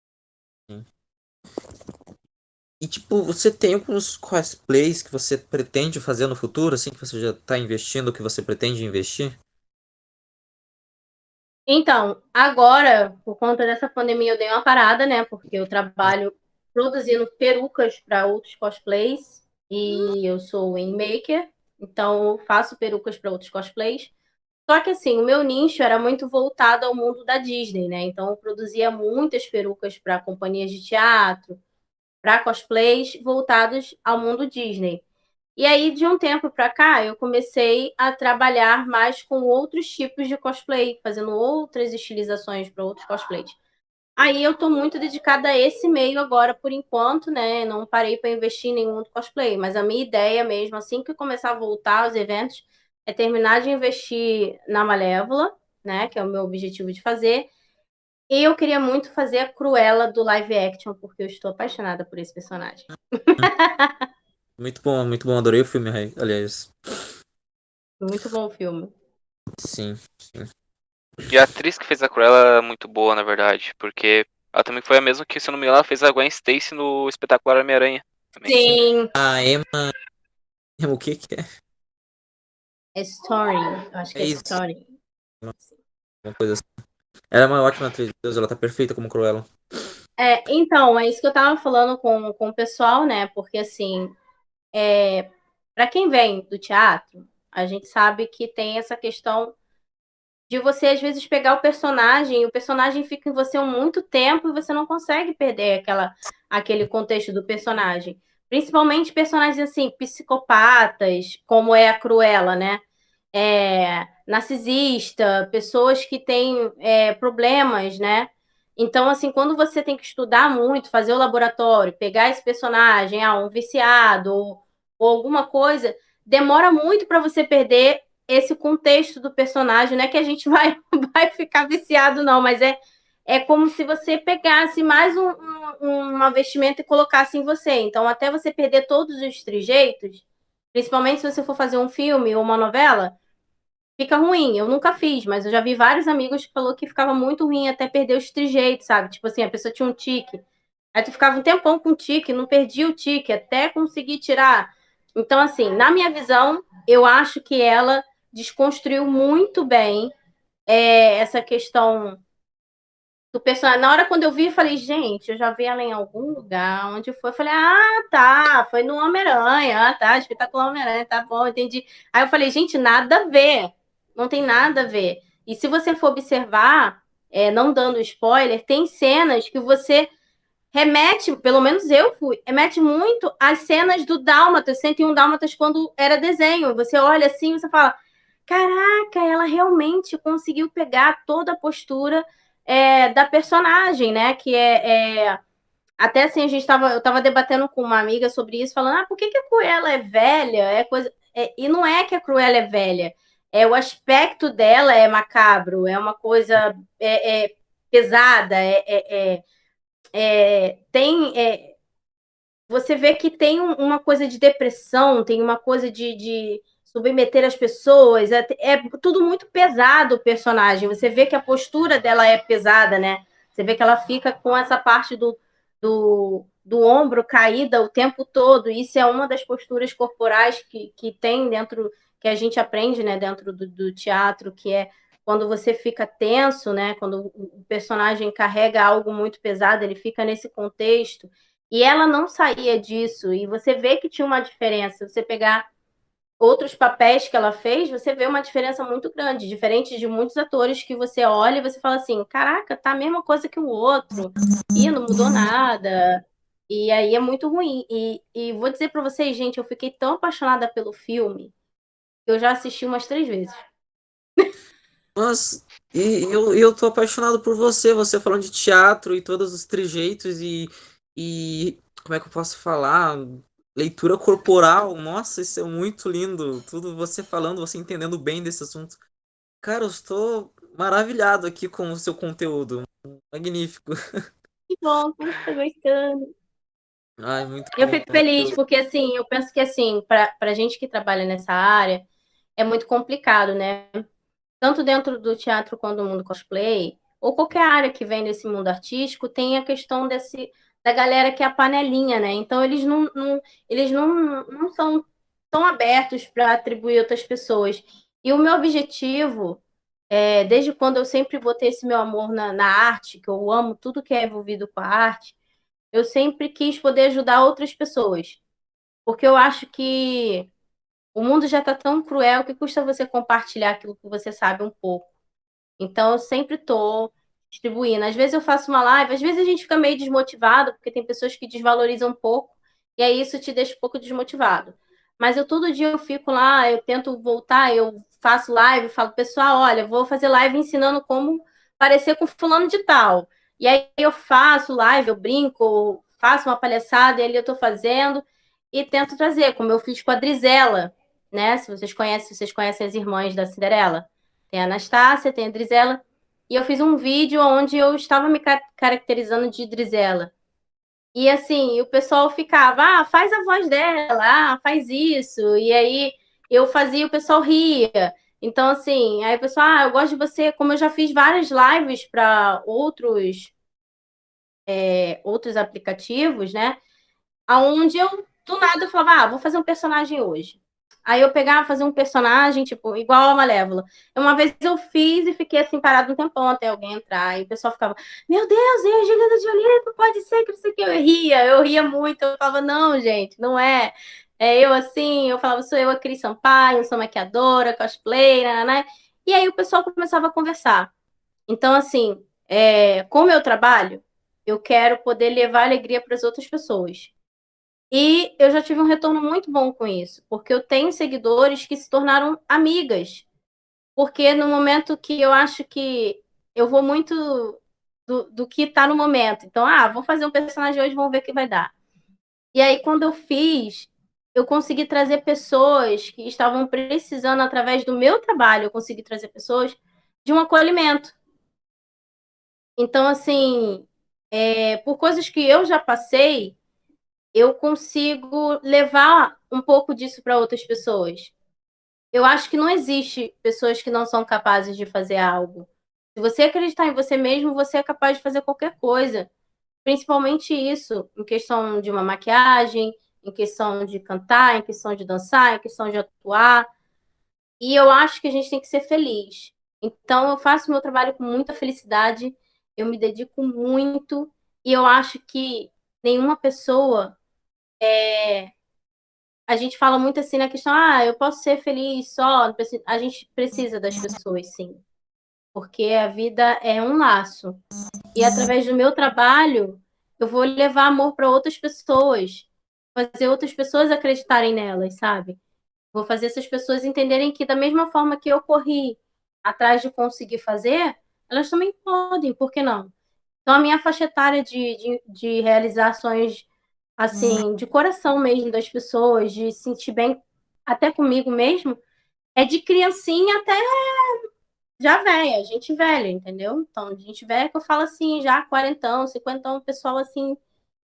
E tipo, você tem alguns cosplays que você pretende fazer no futuro, assim, que você já tá investindo, que você pretende investir? Então, agora, por conta dessa pandemia, eu dei uma parada, né? Porque eu trabalho produzindo perucas para outros cosplays e eu sou wingmaker, então eu faço perucas para outros cosplays. Só que assim, o meu nicho era muito voltado ao mundo da Disney, né? Então eu produzia muitas perucas para companhias de teatro, para cosplays voltados ao mundo Disney. E aí, de um tempo para cá, eu comecei a trabalhar mais com outros tipos de cosplay, fazendo outras estilizações para outros cosplays. Aí eu tô muito dedicada a esse meio agora, por enquanto, né? Não parei para investir em nenhum outro cosplay, mas a minha ideia mesmo, assim que começar a voltar aos eventos, é terminar de investir na Malévola, né? Que é o meu objetivo de fazer. E eu queria muito fazer a Cruella do live action, porque eu estou apaixonada por esse personagem. Muito bom, muito bom. Adorei o filme, aliás. Muito bom o filme. Sim, sim. E a atriz que fez a Cruella é muito boa, na verdade, porque ela também foi a mesma que, se eu não me engano, ela fez a Gwen Stacy no espetacular Homem-Aranha. Também. Sim, A Emma. Emma, o que que é? é Story. Eu acho que É é isso, Story. uma coisa assim. Ela é uma ótima atriz, Deus, ela tá perfeita como Cruella. É, então, é isso que eu tava falando com, com o pessoal, né? Porque, assim, é, para quem vem do teatro, a gente sabe que tem essa questão de você, às vezes, pegar o personagem, e o personagem fica em você um muito tempo e você não consegue perder aquela, aquele contexto do personagem. Principalmente personagens, assim, psicopatas, como é a Cruella, né? É, narcisista, pessoas que têm é, problemas, né? Então, assim, quando você tem que estudar muito, fazer o laboratório, pegar esse personagem, ah, um viciado ou, ou alguma coisa, demora muito para você perder esse contexto do personagem. Não é que a gente vai, vai ficar viciado, não, mas é, é como se você pegasse mais um, um, uma vestimenta e colocasse em você. Então, até você perder todos os trejeitos, principalmente se você for fazer um filme ou uma novela, fica ruim. Eu nunca fiz, mas eu já vi vários amigos que falou que ficava muito ruim até perder os trejeitos, sabe? Tipo assim, a pessoa tinha um tique. Aí tu ficava um tempão com o tique, não perdia o tique, até conseguir tirar. Então, assim, na minha visão, eu acho que ela desconstruiu muito bem é, essa questão do personagem. Na hora quando eu vi, eu falei, gente, eu já vi ela em algum lugar. Onde foi? Eu falei, ah, tá, foi no Homem-Aranha. Ah, tá, espetacular Homem-Aranha, tá bom, entendi. Aí eu falei, gente, nada a ver. Não tem nada a ver. E se você for observar, é, não dando spoiler, tem cenas que você remete, pelo menos eu fui, remete muito às cenas do Dálmatas, cento e um Dálmatas, quando era desenho. Você olha assim e você fala, caraca, ela realmente conseguiu pegar toda a postura é, da personagem, né? Que é, é... Até assim, a gente tava, eu estava debatendo com uma amiga sobre isso, falando, ah, por que, que a Cruella é velha? É coisa... É... E não é que a Cruella é velha, é o aspecto dela é macabro, é uma coisa é, é pesada, é, é, é é, tem, é, você vê que tem um- uma coisa de depressão, tem uma coisa de, de submeter as pessoas, é, é tudo muito pesado o personagem. Você vê que a postura dela é pesada, né? Você vê que ela fica com essa parte do, do, do ombro caída o tempo todo. Isso é uma das posturas corporais que, que tem dentro, que a gente aprende, né, dentro do, do teatro, que é quando você fica tenso, né? Quando o personagem carrega algo muito pesado, ele fica nesse contexto. E ela não saía disso. E você vê que tinha uma diferença. Você pegar outros papéis que ela fez, você vê uma diferença muito grande, diferente de muitos atores que você olha e você fala assim: caraca, tá a mesma coisa que o outro, e não mudou nada. E aí é muito ruim. E, e vou dizer para vocês, gente, eu fiquei tão apaixonada pelo filme que eu já assisti umas três vezes. Mas e eu, eu tô apaixonado por você, você falando de teatro e todos os trejeitos e, e como é que eu posso falar? Leitura corporal, nossa, isso é muito lindo. Tudo você falando, você entendendo bem desse assunto. Cara, eu estou maravilhado aqui com o seu conteúdo. Magnífico. Que bom que você tá gostando. Ai, muito Eu bom. fico feliz, porque assim, eu penso que assim, para a gente que trabalha nessa área, é muito complicado, né? Tanto dentro do teatro quanto do mundo cosplay, ou qualquer área que vem desse mundo artístico, tem a questão desse, da galera que é a panelinha, né? Então eles não, não eles não, não são tão abertos para atribuir outras pessoas. E o meu objetivo, é, desde quando eu sempre botei esse meu amor na, na arte, que eu amo tudo que é envolvido com a arte, eu sempre quis poder ajudar outras pessoas. Porque eu acho que o mundo já está tão cruel que custa você compartilhar aquilo que você sabe um pouco. Então, eu sempre estou distribuindo. Às vezes eu faço uma live, às vezes a gente fica meio desmotivado, porque tem pessoas que desvalorizam um pouco, e aí isso te deixa um pouco desmotivado. Mas eu todo dia eu fico lá, eu tento voltar, eu faço live, falo, pessoal, olha, vou fazer live ensinando como parecer com fulano de tal. E aí eu faço live, eu brinco, faço uma palhaçada, e ali eu estou fazendo, e tento trazer, como eu fiz com a Drizella, né? Se vocês conhecem, se vocês conhecem as irmãs da Cinderela. Tem a Anastácia, tem a Drizella. E eu fiz um vídeo onde eu estava me caracterizando de Drizella. E assim, o pessoal ficava, ah, faz a voz dela, ah, faz isso. E aí eu fazia, o pessoal ria. Então, assim, aí o pessoal, ah, eu gosto de você, como eu já fiz várias lives para outros, é, outros aplicativos, né? Aonde eu, do nada, eu falava, ah, vou fazer um personagem hoje. Aí eu pegava, fazer um personagem, tipo, igual a Malévola. Uma vez eu fiz e fiquei assim, parado um tempão até alguém entrar. E o pessoal ficava, meu Deus, é a Angelina Jolie, não pode ser que não sei o que. Eu ria, eu ria muito. Eu falava, não, gente, não é. É eu assim, eu falava, sou eu, a Cris Sampaio, eu sou maquiadora, cosplayer, né? E aí o pessoal começava a conversar. Então, assim, é, com o meu trabalho, eu quero poder levar alegria para as outras pessoas. E eu já tive um retorno muito bom com isso, porque eu tenho seguidores que se tornaram amigas. Porque no momento que eu acho que eu vou muito do, do que está no momento. Então, ah, vou fazer um personagem hoje, vamos ver o que vai dar. E aí, quando eu fiz, eu consegui trazer pessoas que estavam precisando, através do meu trabalho, eu consegui trazer pessoas de um acolhimento. Então, assim, é, por coisas que eu já passei, eu consigo levar um pouco disso para outras pessoas. Eu acho que não existe pessoas que não são capazes de fazer algo. Se você acreditar em você mesmo, você é capaz de fazer qualquer coisa. Principalmente isso, em questão de uma maquiagem, em questão de cantar, em questão de dançar, em questão de atuar. E eu acho que a gente tem que ser feliz. Então, eu faço meu trabalho com muita felicidade, eu me dedico muito, e eu acho que nenhuma pessoa é, a gente fala muito assim na questão, ah, eu posso ser feliz só, a gente precisa das pessoas, sim, porque a vida é um laço. E através do meu trabalho, eu vou levar amor para outras pessoas, fazer outras pessoas acreditarem nelas, sabe? Vou fazer essas pessoas entenderem que da mesma forma que eu corri atrás de conseguir fazer, elas também podem, por que não? Então, a minha faixa etária de, de, de realizar sonhos assim, de coração mesmo das pessoas, de se sentir bem até comigo mesmo, é de criancinha até já velha, gente velha, entendeu? Então, gente velha que eu falo assim, já quarentão, cinquentão, pessoal assim,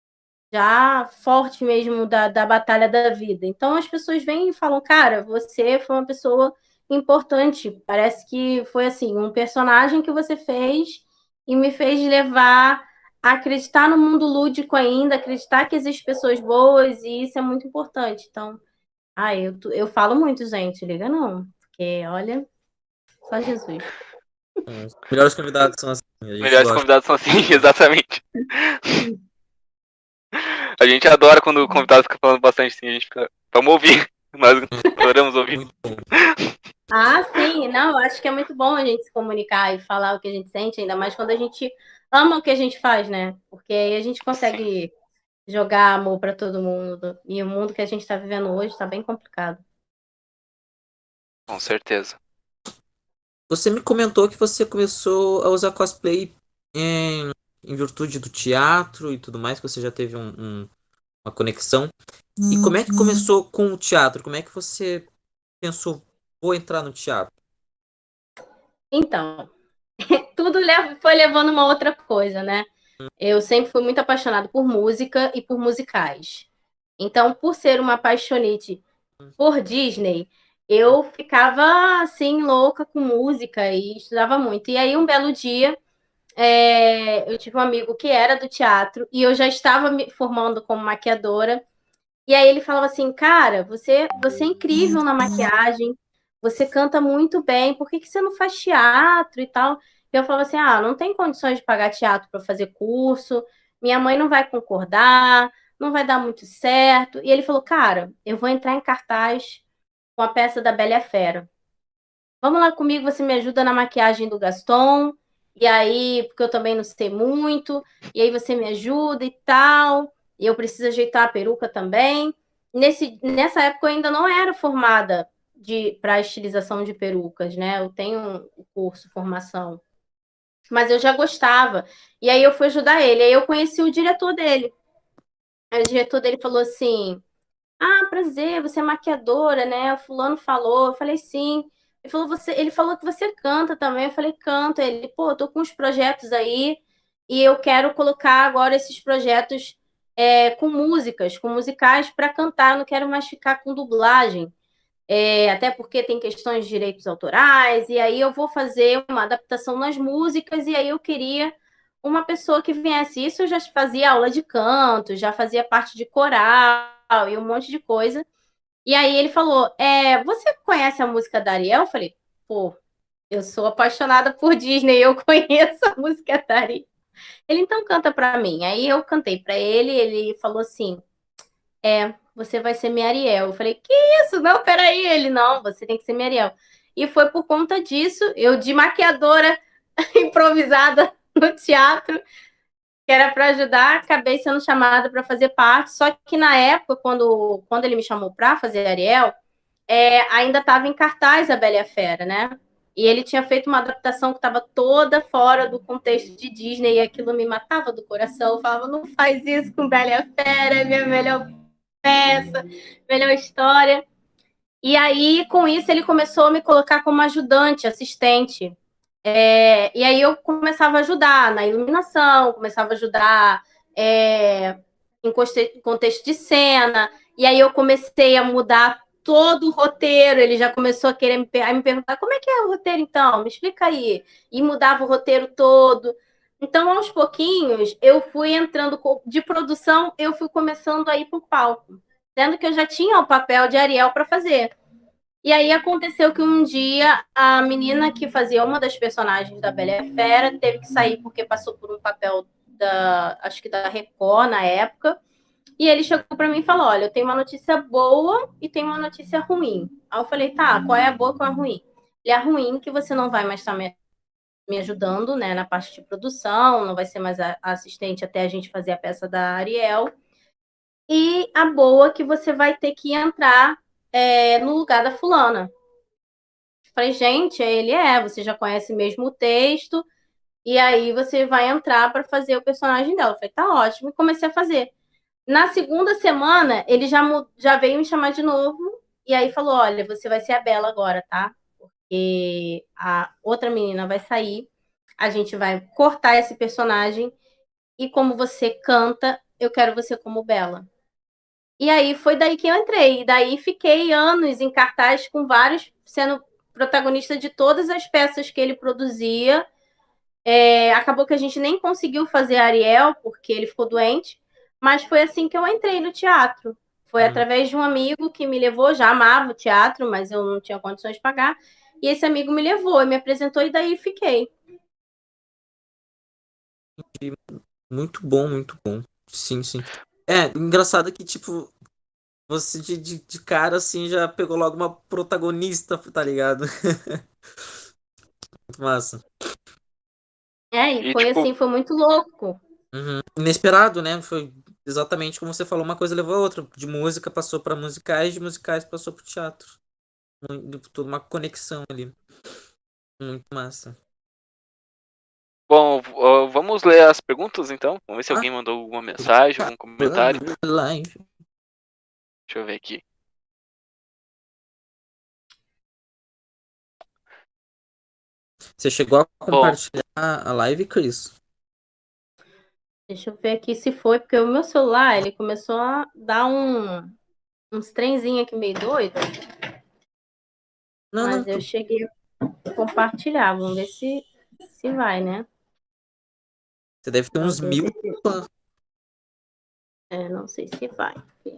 já forte mesmo da, da batalha da vida. Então, as pessoas vêm e falam, cara, você foi uma pessoa importante, parece que foi assim, um personagem que você fez e me fez levar a acreditar no mundo lúdico ainda, acreditar que existem pessoas boas, e isso é muito importante. Então, ah, eu, eu falo muito, gente, liga não, porque olha, só Jesus. Os melhores convidados são assim, a gente Melhores gosta. convidados são assim, exatamente. A gente adora quando o convidado fica falando bastante assim, a gente fica, vamos ouvir. Nós adoramos ouvir. Muito bom. Ah, sim, não, eu acho que é muito bom a gente se comunicar e falar o que a gente sente, ainda mais quando a gente ama o que a gente faz, né? Porque aí a gente consegue jogar amor para todo mundo. E o mundo que a gente está vivendo hoje está bem complicado. Com certeza. Você me comentou que você começou a usar cosplay em, em virtude do teatro e tudo mais, que você já teve um, um- uma conexão. E como é que começou com o teatro? Como é que você pensou, vou entrar no teatro? Então, tudo lev- foi levando uma outra coisa, né? Eu sempre fui muito apaixonada por música e por musicais. Então, por ser uma apaixonite por Disney, eu ficava assim louca com música e estudava muito. E aí, um belo dia, é, eu tive um amigo que era do teatro e eu já estava me formando como maquiadora. E aí ele falava assim, cara, você, você é incrível na maquiagem, você canta muito bem, por que que você não faz teatro e tal? E eu falava assim, ah, não tem condições de pagar teatro para fazer curso, minha mãe não vai concordar, não vai dar muito certo. E ele falou, cara, eu vou entrar em cartaz com a peça da Bela e a Fera. Vamos lá comigo, você me ajuda na maquiagem do Gaston, e aí, porque eu também não sei muito, e aí você me ajuda e tal, e eu preciso ajeitar a peruca também. Nesse, nessa época eu ainda não era formada para estilização de perucas, né? Eu tenho um curso, formação, mas eu já gostava. E aí eu fui ajudar ele, aí eu conheci o diretor dele. Aí o diretor dele falou assim: ah, prazer, você é maquiadora, né? O fulano falou. Eu falei, sim. Ele falou, você... ele falou que você canta também. Eu falei, canto. Ele, pô, tô com uns projetos aí e eu quero colocar agora esses projetos é, com músicas, com musicais para cantar, eu não quero mais ficar com dublagem. É, até porque tem questões de direitos autorais, e aí eu vou fazer uma adaptação nas músicas, e aí eu queria uma pessoa que viesse. Isso eu já fazia aula de canto, já fazia parte de coral e um monte de coisa. E aí ele falou: é, você conhece a música da Ariel? Eu falei, pô, eu sou apaixonada por Disney, eu conheço a música da Ariel. Ele então canta para mim. Aí eu cantei para ele, ele falou assim: é, você vai ser minha Ariel. Eu falei, que isso? Não, peraí. Ele, não, você tem que ser minha Ariel. E foi por conta disso, eu de maquiadora improvisada no teatro, que era para ajudar, acabei sendo chamada para fazer parte. Só que na época, quando, quando ele me chamou para fazer Ariel, é, ainda estava em cartaz a Bela e a Fera, né? E ele tinha feito uma adaptação que estava toda fora do contexto de Disney, e aquilo me matava do coração. Eu falava, não faz isso com Bela e a Fera, é minha melhor peça, melhor história. E aí, com isso, ele começou a me colocar como ajudante, assistente. É, e aí eu começava a ajudar na iluminação, começava a ajudar é, em contexto de cena. E aí eu comecei a mudar todo o roteiro. Ele já começou a querer me, a me perguntar, como é que é o roteiro, então? Me explica aí. E mudava o roteiro todo. Então, aos pouquinhos, eu fui entrando de produção, eu fui começando a ir para o palco, sendo que eu já tinha o papel de Ariel para fazer. E aí aconteceu que um dia a menina que fazia uma das personagens da Bela e a Fera teve que sair porque passou por um papel da, acho que da Record na época. E ele chegou para mim e falou: olha, eu tenho uma notícia boa e tenho uma notícia ruim. Aí eu falei, tá, qual é a boa e qual é a ruim? Ele é a ruim que você não vai mais estar me, me ajudando, né, na parte de produção, não vai ser mais a, a assistente até a gente fazer a peça da Ariel. E a boa que você vai ter que entrar é, no lugar da fulana. Falei, gente, ele é, você já conhece mesmo o texto, e aí você vai entrar para fazer o personagem dela. Falei, tá ótimo, e comecei a fazer. Na segunda semana, ele já, já veio me chamar de novo, e aí falou, olha, você vai ser a Bela agora, tá? Porque a outra menina vai sair, a gente vai cortar esse personagem, e como você canta, eu quero você como Bela. E aí foi daí que eu entrei. E daí fiquei anos em cartaz com vários, sendo protagonista de todas as peças que ele produzia. É, acabou que a gente nem conseguiu fazer Ariel, porque ele ficou doente. Mas foi assim que eu entrei no teatro. Foi hum. através de um amigo que me levou, já amava o teatro, mas eu não tinha condições de pagar. E esse amigo me levou, me apresentou e daí fiquei. Muito bom, muito bom. Sim, sim. É, engraçado que, tipo, você de, de, de cara, assim, já pegou logo uma protagonista, tá ligado? Muito massa. É, e, e foi tipo... assim, foi muito louco. Uhum. Inesperado, né? Foi exatamente como você falou, uma coisa levou a outra. De música passou pra musicais, de musicais passou pro teatro. Toda uma conexão ali. Muito massa. Bom, vamos ler as perguntas então. Vamos ver se ah, alguém mandou alguma mensagem, algum comentário. Live. Deixa eu ver aqui. Você chegou a compartilhar Bom, a live, Cris? Deixa eu ver aqui se foi, porque o meu celular, ele começou a dar um, uns trenzinhos aqui meio doido. Não, Mas não. eu cheguei a compartilhar. Vamos ver se, se vai, né? Você deve ter uns mil. Se... É, não sei se vai.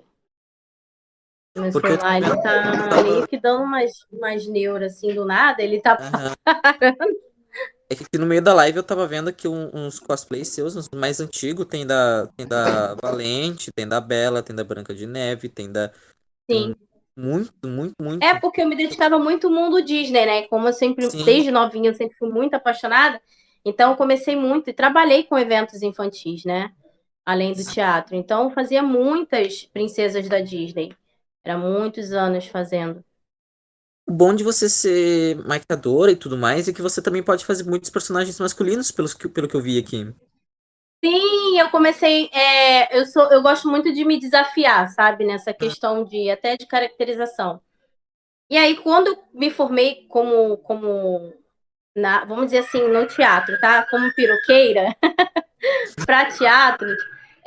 Meu Porque celular, ele tá meio que dando umas, umas neuras assim do nada, ele tá Aham. parando. É que aqui no meio da live eu tava vendo aqui um, uns cosplays seus, uns mais antigos, tem da, tem da Valente, tem da Bela, tem da Branca de Neve, tem da... Sim. Tem muito, muito, muito. É porque eu me dedicava muito ao mundo Disney, né? Como eu sempre, Sim. desde novinha, eu sempre fui muito apaixonada, então eu comecei muito e trabalhei com eventos infantis, né? Além do teatro. Então eu fazia muitas princesas da Disney. Era muitos anos fazendo. O bom de você ser maquiadora e tudo mais é que você também pode fazer muitos personagens masculinos, pelos que, pelo que eu vi aqui. Sim, eu comecei. É, eu, sou, eu gosto muito de me desafiar, sabe? Nessa questão de até de caracterização. E aí, quando eu me formei como, como na, vamos dizer assim, no teatro, tá? Como piroqueira, para teatro,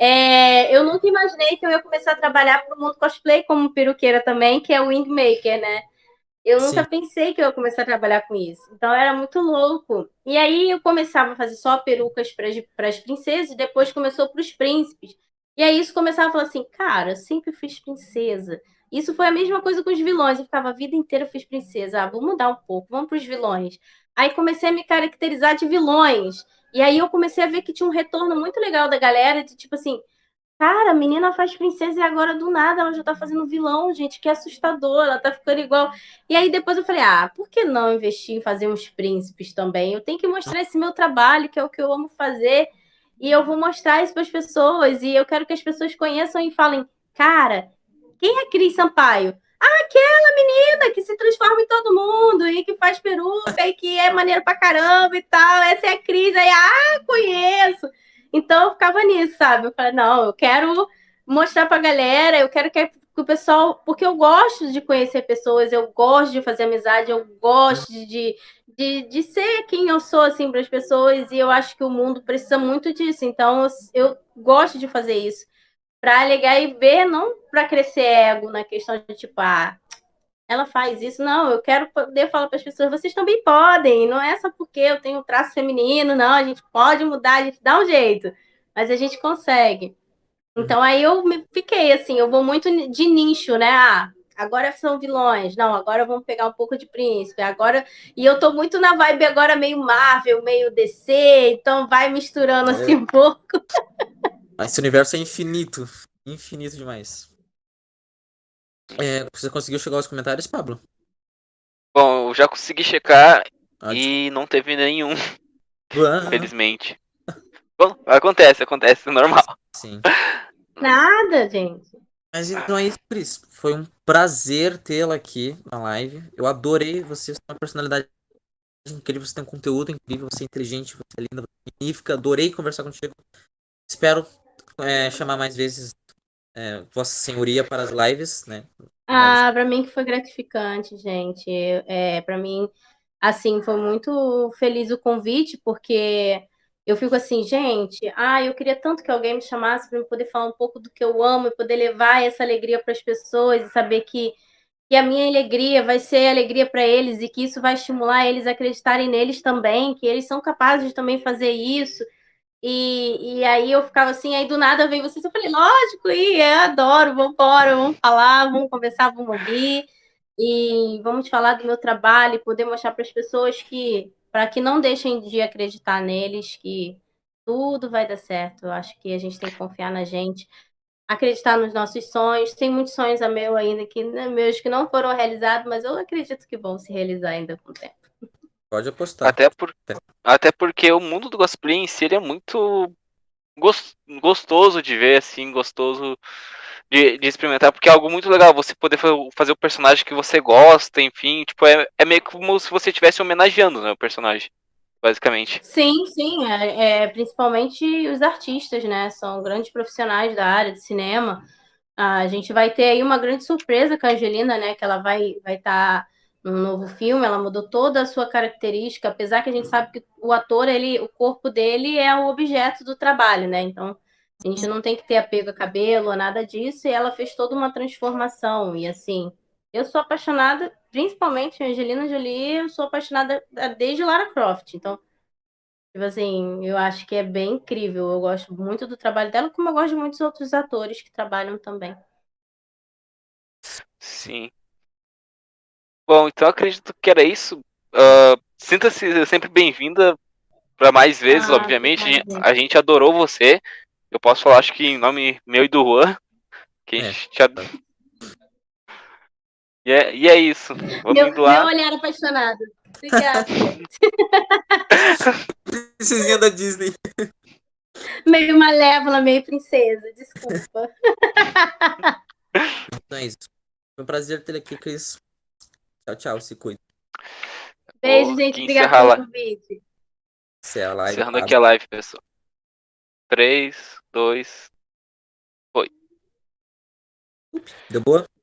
É, eu nunca imaginei que eu ia começar a trabalhar para o mundo cosplay como peruqueira também, que é o Wingmaker, né? Eu Sim. nunca pensei que eu ia começar a trabalhar com isso. Então era muito louco. E aí eu começava a fazer só perucas para as princesas, e depois começou para os príncipes. E aí isso começava a falar assim, cara, eu sempre fiz princesa. Isso foi a mesma coisa com os vilões. Eu ficava a vida inteira eu fiz princesa. Ah, vou mudar um pouco, vamos para os vilões. Aí comecei a me caracterizar de vilões. E aí eu comecei a ver que tinha um retorno muito legal da galera, de tipo assim, cara, a menina faz princesa e agora do nada ela já tá fazendo vilão, gente, que assustador, ela tá ficando igual. E aí depois eu falei, ah, por que não investir em fazer uns príncipes também? Eu tenho que mostrar esse meu trabalho, que é o que eu amo fazer, e eu vou mostrar isso para as pessoas, e eu quero que as pessoas conheçam e falem, cara, quem é Cris Sampaio? Ah, aquela menina que se transforma em todo mundo e que faz peruca e que é maneira pra caramba e tal. Essa é a Cris. Aí, ah, conheço. Então eu ficava nisso, sabe? Eu falei, não, eu quero mostrar pra galera, eu quero que o pessoal. Porque eu gosto de conhecer pessoas, eu gosto de fazer amizade, eu gosto de, de, de ser quem eu sou, assim, para as pessoas, e eu acho que o mundo precisa muito disso. Então eu, eu gosto de fazer isso para alegar e ver, não para crescer ego na questão de tipo, ah, ela faz isso. Não, eu quero poder falar para as pessoas, vocês também podem, não é só porque eu tenho um traço feminino, não, a gente pode mudar, a gente dá um jeito, mas a gente consegue. Então aí eu me fiquei assim, eu vou muito de nicho, né? Ah, agora são vilões, não, agora vamos pegar um pouco de príncipe, agora. E eu tô muito na vibe agora meio Marvel, meio D C, então vai misturando assim É. um pouco. Mas esse universo é infinito. Infinito demais. É, você conseguiu chegar aos comentários, Pablo? Bom, eu já consegui checar Ah, e não teve nenhum, desculpa. infelizmente. Bom, acontece, acontece, normal. Sim. Nada, gente. Mas então é isso, Cris. Foi um prazer tê-la aqui na live. Eu adorei você, você tem uma personalidade incrível, você tem um conteúdo incrível, você é inteligente, você é linda, você é magnífica. Adorei conversar contigo. Espero é, chamar mais vezes é, Vossa Senhoria para as lives, né? Ah, para mim que foi gratificante, gente. É, para mim, assim, foi muito feliz o convite, porque eu fico assim, gente, ah, eu queria tanto que alguém me chamasse para eu poder falar um pouco do que eu amo e poder levar essa alegria para as pessoas e saber que, que a minha alegria vai ser alegria para eles e que isso vai estimular eles a acreditarem neles também, que eles são capazes de também fazer isso. E, e aí eu ficava assim, aí do nada veio vocês, eu falei, lógico, e eu adoro, vamos embora, vamos falar, vamos conversar, vamos ouvir, e vamos falar do meu trabalho e poder mostrar para as pessoas que, para que não deixem de acreditar neles, que tudo vai dar certo. Eu acho que a gente tem que confiar na gente, acreditar nos nossos sonhos. Tem muitos sonhos a meu ainda, que né, meus que não foram realizados, mas eu acredito que vão se realizar ainda com o tempo. Pode apostar. Até, por, até porque o mundo do cosplay em si ele é muito gostoso de ver, assim, gostoso de, de experimentar, porque é algo muito legal você poder fazer o personagem que você gosta, enfim, tipo, é, é meio como se você estivesse homenageando, né, o personagem, basicamente. Sim, sim, é, é, principalmente os artistas, né? São grandes profissionais da área de cinema. A gente vai ter aí uma grande surpresa com a Angelina, né? Que ela vai vai estar num novo filme. Ela mudou toda a sua característica, apesar que a gente sabe que o ator, ele, o corpo dele é o objeto do trabalho, né? Então a gente não tem que ter apego a cabelo ou nada disso. E ela fez toda uma transformação. E assim, eu sou apaixonada, principalmente a Angelina Jolie, eu sou apaixonada desde Lara Croft. Então tipo assim, eu acho que é bem incrível. Eu gosto muito do trabalho dela, como eu gosto de muitos outros atores que trabalham também. Sim. Bom, então acredito que era isso. Uh, sinta-se sempre bem-vinda para mais vezes, Ah, obviamente. A obrigada, gente, gente. a gente adorou você. Eu posso falar, acho que em nome meu e do Juan, que a É. gente ad... e, é, e é isso. Vamos Meu, indo meu lá. olhar apaixonado. Obrigada, gente. Princesinha da Disney. Meio malévola, meio princesa. Desculpa. Então é isso. Foi um prazer ter aqui, Cris. Tchau, tchau. Se cuida. Beijo, Vou gente. aqui Obrigada encerrar pelo lá. convite. Se é a live, Encerrando aqui Pablo. a live, pessoal. três, dois, foi. Deu boa?